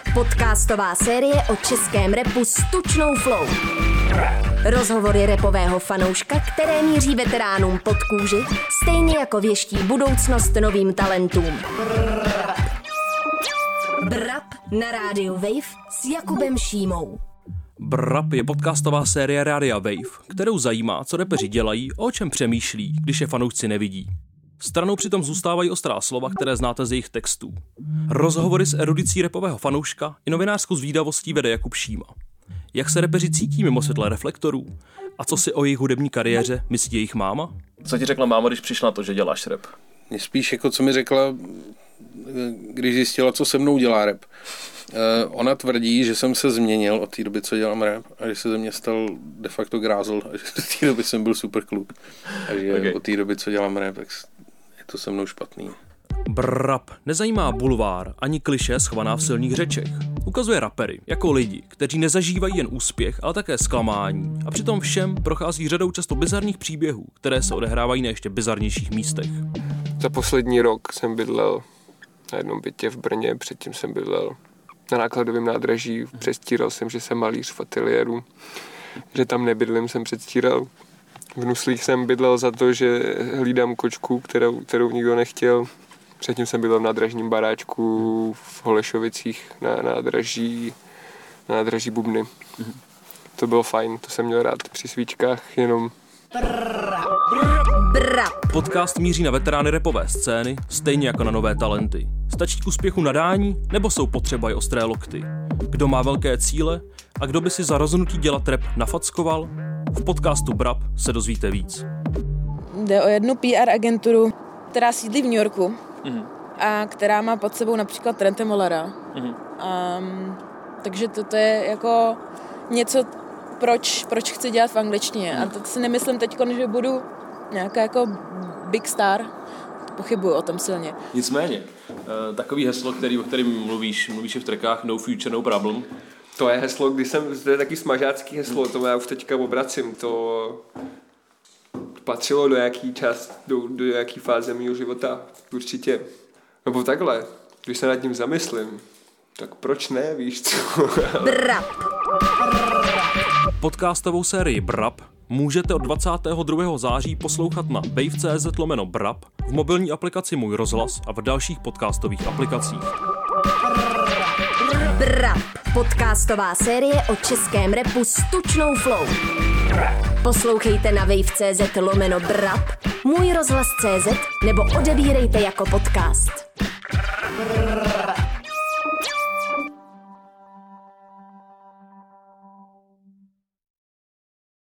Podcastová série o českém rapu s tučnou flow. Rozhovory rapového fanouška, které míří veteránům pod kůži, stejně jako věští budoucnost novým talentům. Brap na rádiu Wave s Jakubem Šímou. Brap je podcastová série Rádia Wave, kterou zajímá, co rapeři dělají a o čem přemýšlí, když je fanoušci nevidí. Stranou přitom zůstávají ostrá slova, které znáte z jejich textů. Rozhovory s erudicí rapového fanouška i novinářskou zvídavostí vede Jakub Šíma. Jak se rapeři cítí mimo světle reflektorů? A co si o jejich hudební kariéře myslí jejich máma? Co ti řekla máma, když přišla na to, že děláš rap? Mě spíš jako co mi řekla, když zjistila, co se mnou dělá rap. Ona tvrdí, že jsem se změnil od té doby, co dělám rap, a že se ze mě stal de facto grázl, a že od té doby jsem byl super kluk. A že od té doby, co dělám rap, tak je to se mnou špatný. Brap nezajímá bulvár ani klišé schovaná v silných řečech. Ukazuje rapery jako lidi, kteří nezažívají jen úspěch, ale také zklamání a přitom všem prochází řadou často bizarních příběhů, které se odehrávají na ještě bizarnějších místech. Za poslední rok jsem bydlel na jednom bytě v Brně, předtím jsem bydlel na Nákladovém nádraží, předstíral jsem, že jsem malíř v ateliéru, že tam nebydlím, jsem předstíral. V Nuslích jsem bydlel za to, že hlídám kočku, kterou nikdo nechtěl. Předtím jsem bydlel v nádražním baráčku v Holešovicích na nádraží Bubny. To bylo fajn, to jsem měl rád při svíčkách, jenom... Podcast míří na veterány rapové scény, stejně jako na nové talenty. Stačí k úspěchu nadání, nebo jsou potřeba i ostré lokty? Kdo má velké cíle a kdo by si za rozhodnutí dělat rap nafackoval? V podcastu Brap se dozvíte víc. Jde o jednu PR agenturu, která sídlí v New Yorku a která má pod sebou například Trente Mollera. Takže to je jako něco, proč chci dělat v angličtině. A to si nemyslím teď, že budu nějaká jako big star. Pochybuju o tom silně. Nicméně, takový heslo, o kterém mluvíš i v trackách No Future, No Problem. To je heslo, to je taky smažácký heslo, to já už teďka obracím, to patřilo do jaký čas, do jaký fáze mýho života, určitě. Nebo takhle, když se nad tím zamyslím, tak proč ne, víš co? Brap. Podcastovou sérii Brap můžete od 22. září poslouchat na wave.cz/brap, v mobilní aplikaci Můj rozhlas a v dalších podcastových aplikacích. Brap. Podcastová série o českém rapu s tučnou flow. Poslouchejte na wave.cz/brap, Můj rozhlas.cz nebo odebírejte jako podcast.